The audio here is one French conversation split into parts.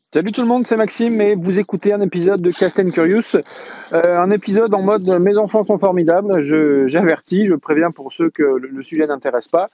Salut tout le monde, c'est Maxime et vous écoutez un épisode de Cast and Curious. Un épisode en mode mes enfants sont formidables. J'avertis, je préviens pour ceux que le sujet n'intéresse pas.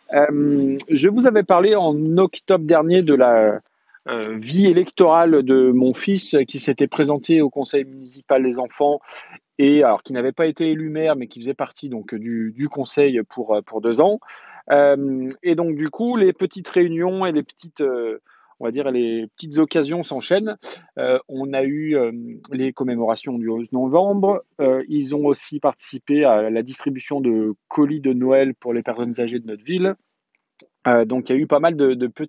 Je vous avais parlé en octobre dernier de la vie électorale de mon fils qui s'était présenté au conseil municipal des enfants et alors qui n'avait pas été élu maire mais qui faisait partie donc du conseil pour 2 ans. Et donc du coup, les petites réunions et les petites on va dire les petites occasions s'enchaînent. On a eu les commémorations du 11 novembre. Ils ont aussi participé à la distribution de colis de Noël pour les personnes âgées de notre ville. Donc il y a eu pas mal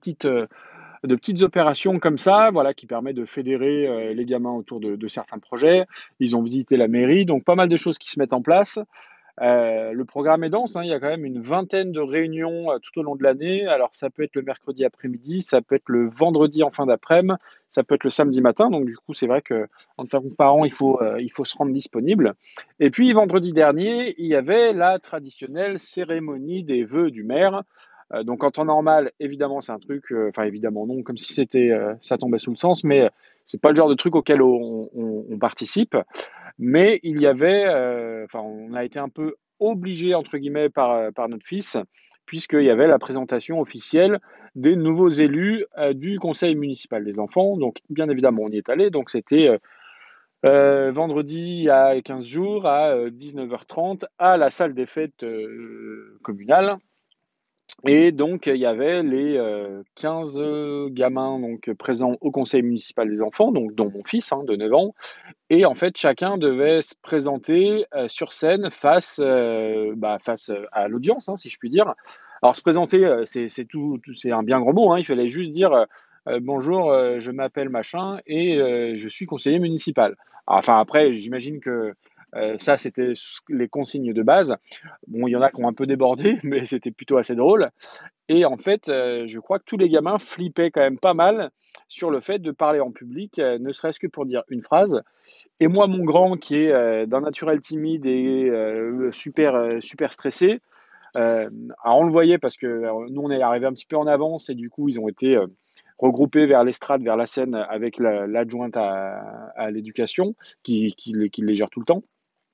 de petites opérations comme ça, voilà, qui permettent de fédérer les gamins autour de certains projets. Ils ont visité la mairie, donc pas mal de choses qui se mettent en place. Le programme est dense, hein, il y a quand même une vingtaine de réunions tout au long de l'année. Alors ça peut être le mercredi après-midi, ça peut être le vendredi en fin d'après-midi, ça peut être le samedi matin. Donc du coup, c'est vrai que en tant que parent, il faut se rendre disponible. Et puis vendredi dernier, il y avait la traditionnelle cérémonie des vœux du maire. Donc en temps normal, évidemment, c'est un truc, enfin évidemment non, comme si ça tombait sous le sens, mais c'est pas le genre de truc auquel on participe. Mais il y avait, enfin, on a été un peu obligé entre guillemets par notre fils, puisqu'il y avait la présentation officielle des nouveaux élus du conseil municipal des enfants. Donc, bien évidemment, on y est allé. Donc, c'était vendredi il y a 15 jours à 19h30 à la salle des fêtes communale. Et donc, il y avait les 15 gamins donc, présents au conseil municipal des enfants, donc, dont mon fils de 9 ans. Et en fait, chacun devait se présenter sur scène face à l'audience, hein, si je puis dire. Alors, se présenter, c'est c'est un bien grand mot, hein. Il fallait juste dire bonjour, je m'appelle machin et je suis conseiller municipal. Alors, enfin, après, j'imagine que ça, c'était les consignes de base. Bon, il y en a qui ont un peu débordé, mais c'était plutôt assez drôle. Et en fait, je crois que tous les gamins flippaient quand même pas mal sur le fait de parler en public, ne serait-ce que pour dire une phrase. Et moi, mon grand, qui est d'un naturel timide et super stressé, alors on le voyait parce que nous, on est arrivé un petit peu en avance et du coup, ils ont été regroupés vers l'estrade, vers la scène avec l'adjointe à l'éducation qui les gère tout le temps.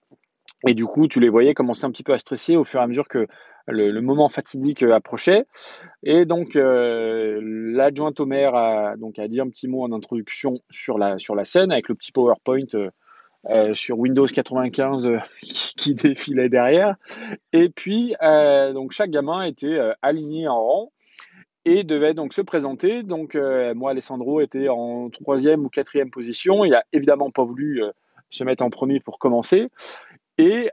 Et du coup, tu les voyais commencer un petit peu à stresser au fur et à mesure que le moment fatidique approchait. Et donc, l'adjointe au maire a dit un petit mot en introduction sur la scène avec le petit PowerPoint sur Windows 95 qui défilait derrière. Et puis, donc chaque gamin était aligné en rang et devait donc se présenter. Donc, moi, Alessandro était en troisième ou quatrième position. Il a évidemment pas voulu se mettre en premier pour commencer. Et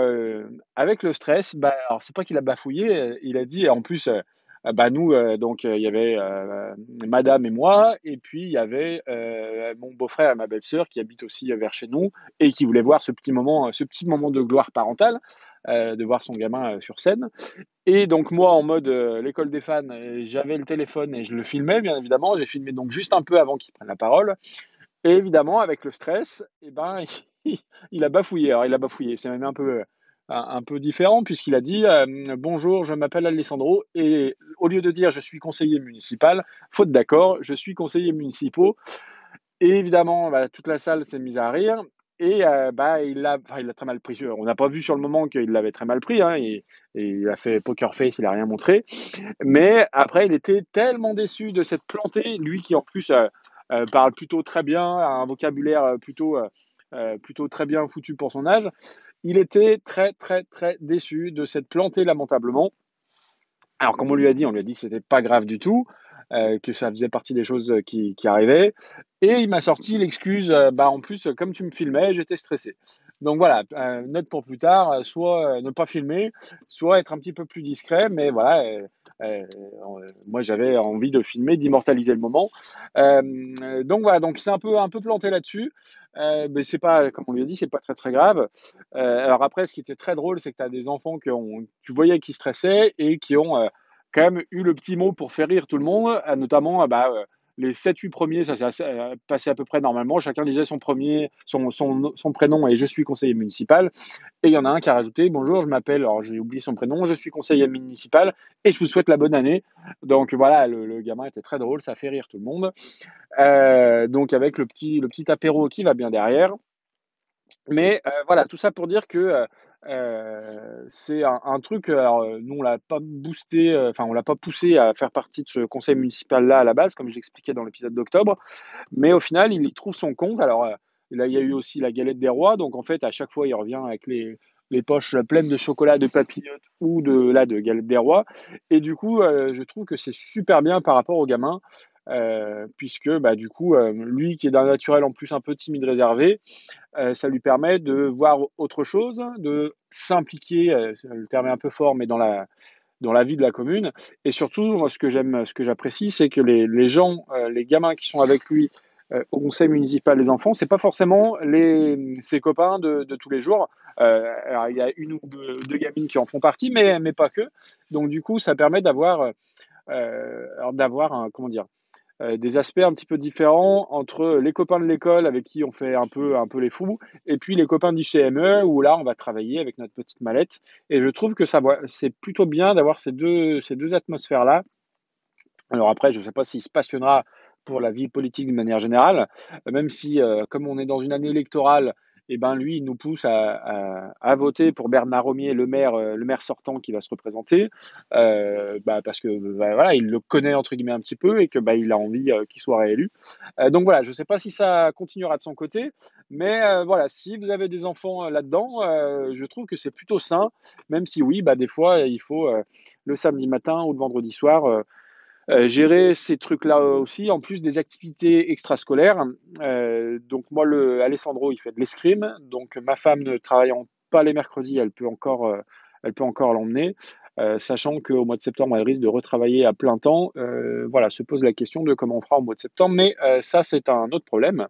avec le stress, bah, alors c'est pas qu'il a bafouillé, il a dit en plus, bah, nous, donc il y avait, madame et moi et puis il y avait, mon beau-frère et ma belle-sœur qui habitent aussi, vers chez nous et qui voulaient voir ce petit moment de gloire parentale, de voir son gamin, sur scène. Et donc moi en mode, l'école des fans, j'avais le téléphone et je le filmais bien évidemment. J'ai filmé donc juste un peu avant qu'il prenne la parole et évidemment, avec le stress, eh ben, il a bafouillé. Alors, il a bafouillé. C'est même un peu différent puisqu'il a dit bonjour, je m'appelle Alessandro. Et au lieu de dire je suis conseiller municipal, faute d'accord, je suis conseiller municipal. Et évidemment, bah, toute la salle s'est mise à rire. Et bah, il l'a très mal pris. On n'a pas vu sur le moment qu'il l'avait très mal pris, hein, et il a fait poker face, il a rien montré. Mais après, il était tellement déçu de cette plantée, lui qui en plus parle plutôt très bien, a un vocabulaire plutôt très bien foutu pour son âge. Il était très très très déçu de cette plantée lamentablement. Alors, comme on lui a dit que c'était pas grave du tout, que ça faisait partie des choses qui arrivaient. Et il m'a sorti l'excuse, bah en plus, comme tu me filmais, j'étais stressé. Donc voilà, note pour plus tard, soit ne pas filmer, soit être un petit peu plus discret, mais voilà, moi j'avais envie de filmer, d'immortaliser le moment. Donc voilà, donc c'est un peu planté là-dessus, mais c'est pas, comme on lui a dit, c'est pas très très grave. Alors après, ce qui était très drôle, c'est que tu as des enfants tu voyais qui stressaient et qui ont quand même eu le petit mot pour faire rire tout le monde, notamment bah, les 7-8 premiers, ça s'est passé à peu près normalement. Chacun disait son prénom et je suis conseiller municipal. Et il y en a un qui a rajouté bonjour, je m'appelle, alors j'ai oublié son prénom, je suis conseiller municipal et je vous souhaite la bonne année. Donc voilà, le gamin était très drôle, ça fait rire tout le monde. Donc avec le petit apéro qui va bien derrière. Mais voilà, tout ça pour dire que c'est un truc. Alors, nous, on l'a pas boosté, enfin, on l'a pas poussé à faire partie de ce conseil municipal-là à la base, comme j'expliquais dans l'épisode d'octobre. Mais au final, il y trouve son compte. Alors, là, il y a eu aussi la galette des rois. Donc, en fait, à chaque fois, il revient avec les poches pleines de chocolat, de papillotes ou de galette des rois. Et du coup, je trouve que c'est super bien par rapport au gamin. Puisque bah, du coup, lui qui est d'un naturel en plus un peu timide, réservé, ça lui permet de voir autre chose, de s'impliquer, le terme est un peu fort, mais dans la vie de la commune. Et surtout, moi, ce que j'apprécie, c'est que les gens, les gamins qui sont avec lui au conseil municipal des enfants, c'est pas forcément ses copains de tous les jours. Alors, il y a une ou deux gamines qui en font partie, mais pas que. Donc, du coup, ça permet d'avoir comment dire, des aspects un petit peu différents entre les copains de l'école avec qui on fait un peu les fous, et puis les copains du CME où là on va travailler avec notre petite mallette. Et je trouve que c'est plutôt bien d'avoir ces deux atmosphères-là. Alors après, je ne sais pas s'il se passionnera pour la vie politique de manière générale, même si, comme on est dans une année électorale, et ben lui, il nous pousse à voter pour Bernard Romier, le maire sortant qui va se représenter, bah, parce que bah, voilà, il le connaît entre guillemets un petit peu et que bah, il a envie qu'il soit réélu. Donc voilà, je ne sais pas si ça continuera de son côté, mais voilà, si vous avez des enfants là-dedans, je trouve que c'est plutôt sain, même si oui, bah, des fois, il faut le samedi matin ou le vendredi soir. Gérer ces trucs-là aussi, en plus des activités extrascolaires. Donc moi, Alessandro, il fait de l'escrime. Donc ma femme, ne travaillant pas les mercredis, elle peut encore l'emmener. Sachant qu'au mois de septembre, elle risque de retravailler à plein temps. Voilà, se pose la question de comment on fera au mois de septembre. Mais ça, c'est un autre problème.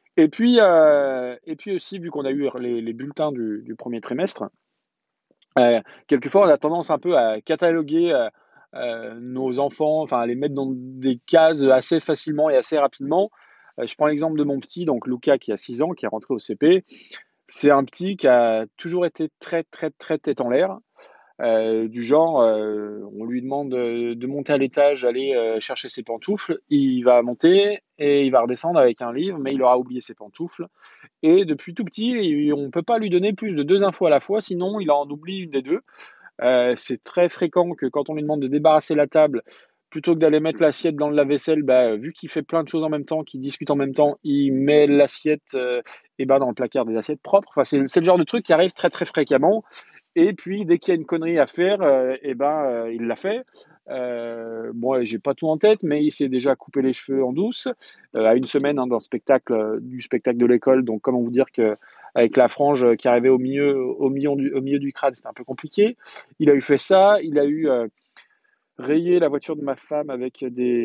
Et puis aussi, vu qu'on a eu les bulletins du premier trimestre, quelquefois, on a tendance un peu à cataloguer nos enfants, enfin à les mettre dans des cases assez facilement et assez rapidement. Je prends l'exemple de mon petit, donc Lucas, qui a 6 ans, qui est rentré au CP. C'est un petit qui a toujours été très, très, très tête en l'air. Du genre, on lui demande de monter à l'étage, aller chercher ses pantoufles. Il va monter et il va redescendre avec un livre, mais il aura oublié ses pantoufles. Et depuis tout petit, on ne peut pas lui donner plus de 2 infos à la fois, sinon il en oublie une des deux. C'est très fréquent que quand on lui demande de débarrasser la table, plutôt que d'aller mettre l'assiette dans le lave-vaisselle, bah, vu qu'il fait plein de choses en même temps, qu'il discute en même temps, il met l'assiette dans le placard des assiettes propres. Enfin, c'est le genre de truc qui arrive très très fréquemment. Et puis, dès qu'il y a une connerie à faire, il l'a fait. Bon, j'ai pas tout en tête, mais il s'est déjà coupé les cheveux en douce à une semaine d'un spectacle, du spectacle de l'école. Donc, comment vous dire que avec la frange qui arrivait au milieu du crâne, c'était un peu compliqué. Il a eu fait ça. Il a eu rayé la voiture de ma femme avec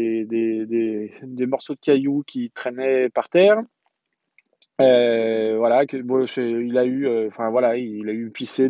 des morceaux de cailloux qui traînaient par terre. Voilà, bon, il a eu, enfin voilà, il a eu pissé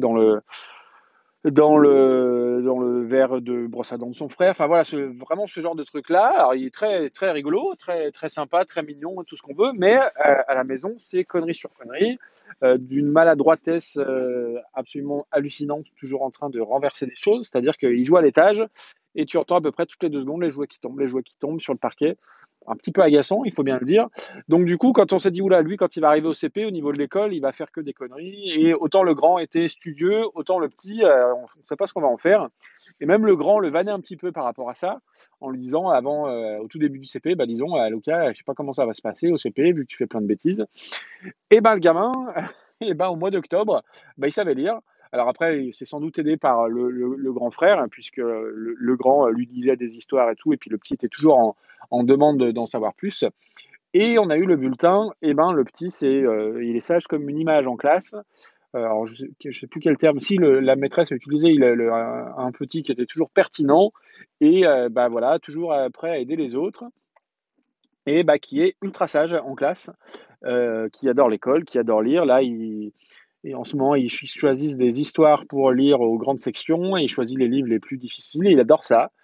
dans le verre de brosse à dents de son frère. Enfin voilà, vraiment ce genre de truc-là. Alors il est très, très rigolo, très, très sympa, très mignon, tout ce qu'on veut, mais à la maison, c'est connerie sur connerie, d'une maladroitesse absolument hallucinante, toujours en train de renverser des choses. C'est-à-dire qu'il joue à l'étage et tu entends à peu près toutes les 2 secondes les jouets qui tombent sur le parquet. Un petit peu agaçant, il faut bien le dire. Donc du coup, quand on s'est dit, oula, lui, quand il va arriver au CP, au niveau de l'école, il va faire que des conneries. Et autant le grand était studieux, autant le petit, on ne sait pas ce qu'on va en faire. Et même le grand le vannait un petit peu par rapport à ça, en lui disant, au tout début du CP, bah, disons, Lucas, je sais pas comment ça va se passer au CP, vu que tu fais plein de bêtises. Et ben le gamin, et ben au mois d'octobre, il savait lire. Alors après, il s'est sans doute aidé par le grand frère, hein, puisque le grand lui disait des histoires et tout, et puis le petit était toujours en demande d'en savoir plus. Et on a eu le bulletin, et ben le petit, il est sage comme une image en classe. Alors je sais plus quel terme. Si la maîtresse a utilisé un petit qui était toujours pertinent et bah voilà, toujours prêt à aider les autres et bah qui est ultra sage en classe, qui adore l'école, qui adore lire. Là, et en ce moment, ils choisissent des histoires pour lire aux grandes sections et il choisit les livres les plus difficiles et il adore ça.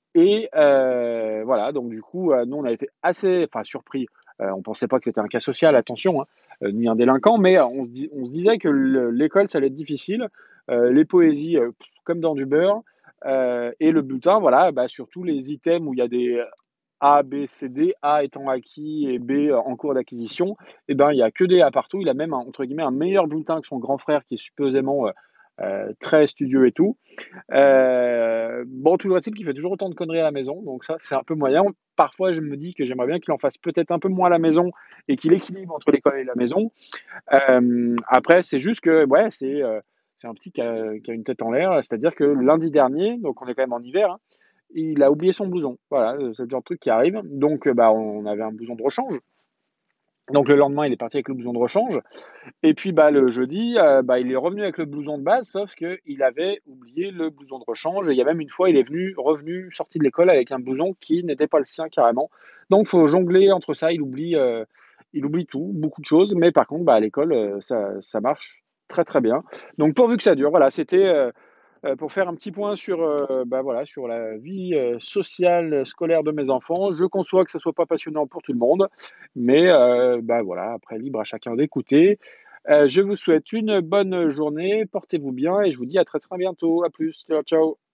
Et voilà, donc du coup, nous, on a été assez enfin surpris. On pensait pas que c'était un cas social, attention, hein, ni un délinquant, mais on se disait que l'école, ça allait être difficile. Les poésies, comme dans du beurre, et le bulletin, voilà, bah, sur tous les items où il y a des A, B, C, D, A étant acquis et B, en cours d'acquisition, et ben, il y a que des A partout. Il a même un entre guillemets «un meilleur bulletin» que son grand frère qui est supposément, très studieux et tout. Bon, toujours est-il qu'il fait toujours autant de conneries à la maison, donc ça, c'est un peu moyen. Parfois, je me dis que j'aimerais bien qu'il en fasse peut-être un peu moins à la maison et qu'il équilibre entre l'école et la maison. Après, c'est juste que, ouais, c'est un petit qui a une tête en l'air. C'est-à-dire que lundi dernier, donc on est quand même en hiver, hein, il a oublié son blouson. Voilà, c'est le genre de truc qui arrive. Donc, bah, on avait un blouson de rechange. Donc le lendemain, il est parti avec le blouson de rechange. Et puis bah, le jeudi, bah, il est revenu avec le blouson de base, sauf qu'il avait oublié le blouson de rechange. Et il y a même une fois, il est revenu, sorti de l'école avec un blouson qui n'était pas le sien carrément. Donc faut jongler entre ça. Il oublie tout, beaucoup de choses. Mais par contre, bah, à l'école, ça marche très très bien. Donc pourvu que ça dure. Voilà, c'était pour faire un petit point sur, bah, voilà, sur la vie sociale, scolaire de mes enfants. Je conçois que ça soit pas passionnant pour tout le monde, mais bah, voilà, après libre à chacun d'écouter. Je vous souhaite une bonne journée, portez-vous bien et je vous dis à très très bientôt. À plus, ciao ciao.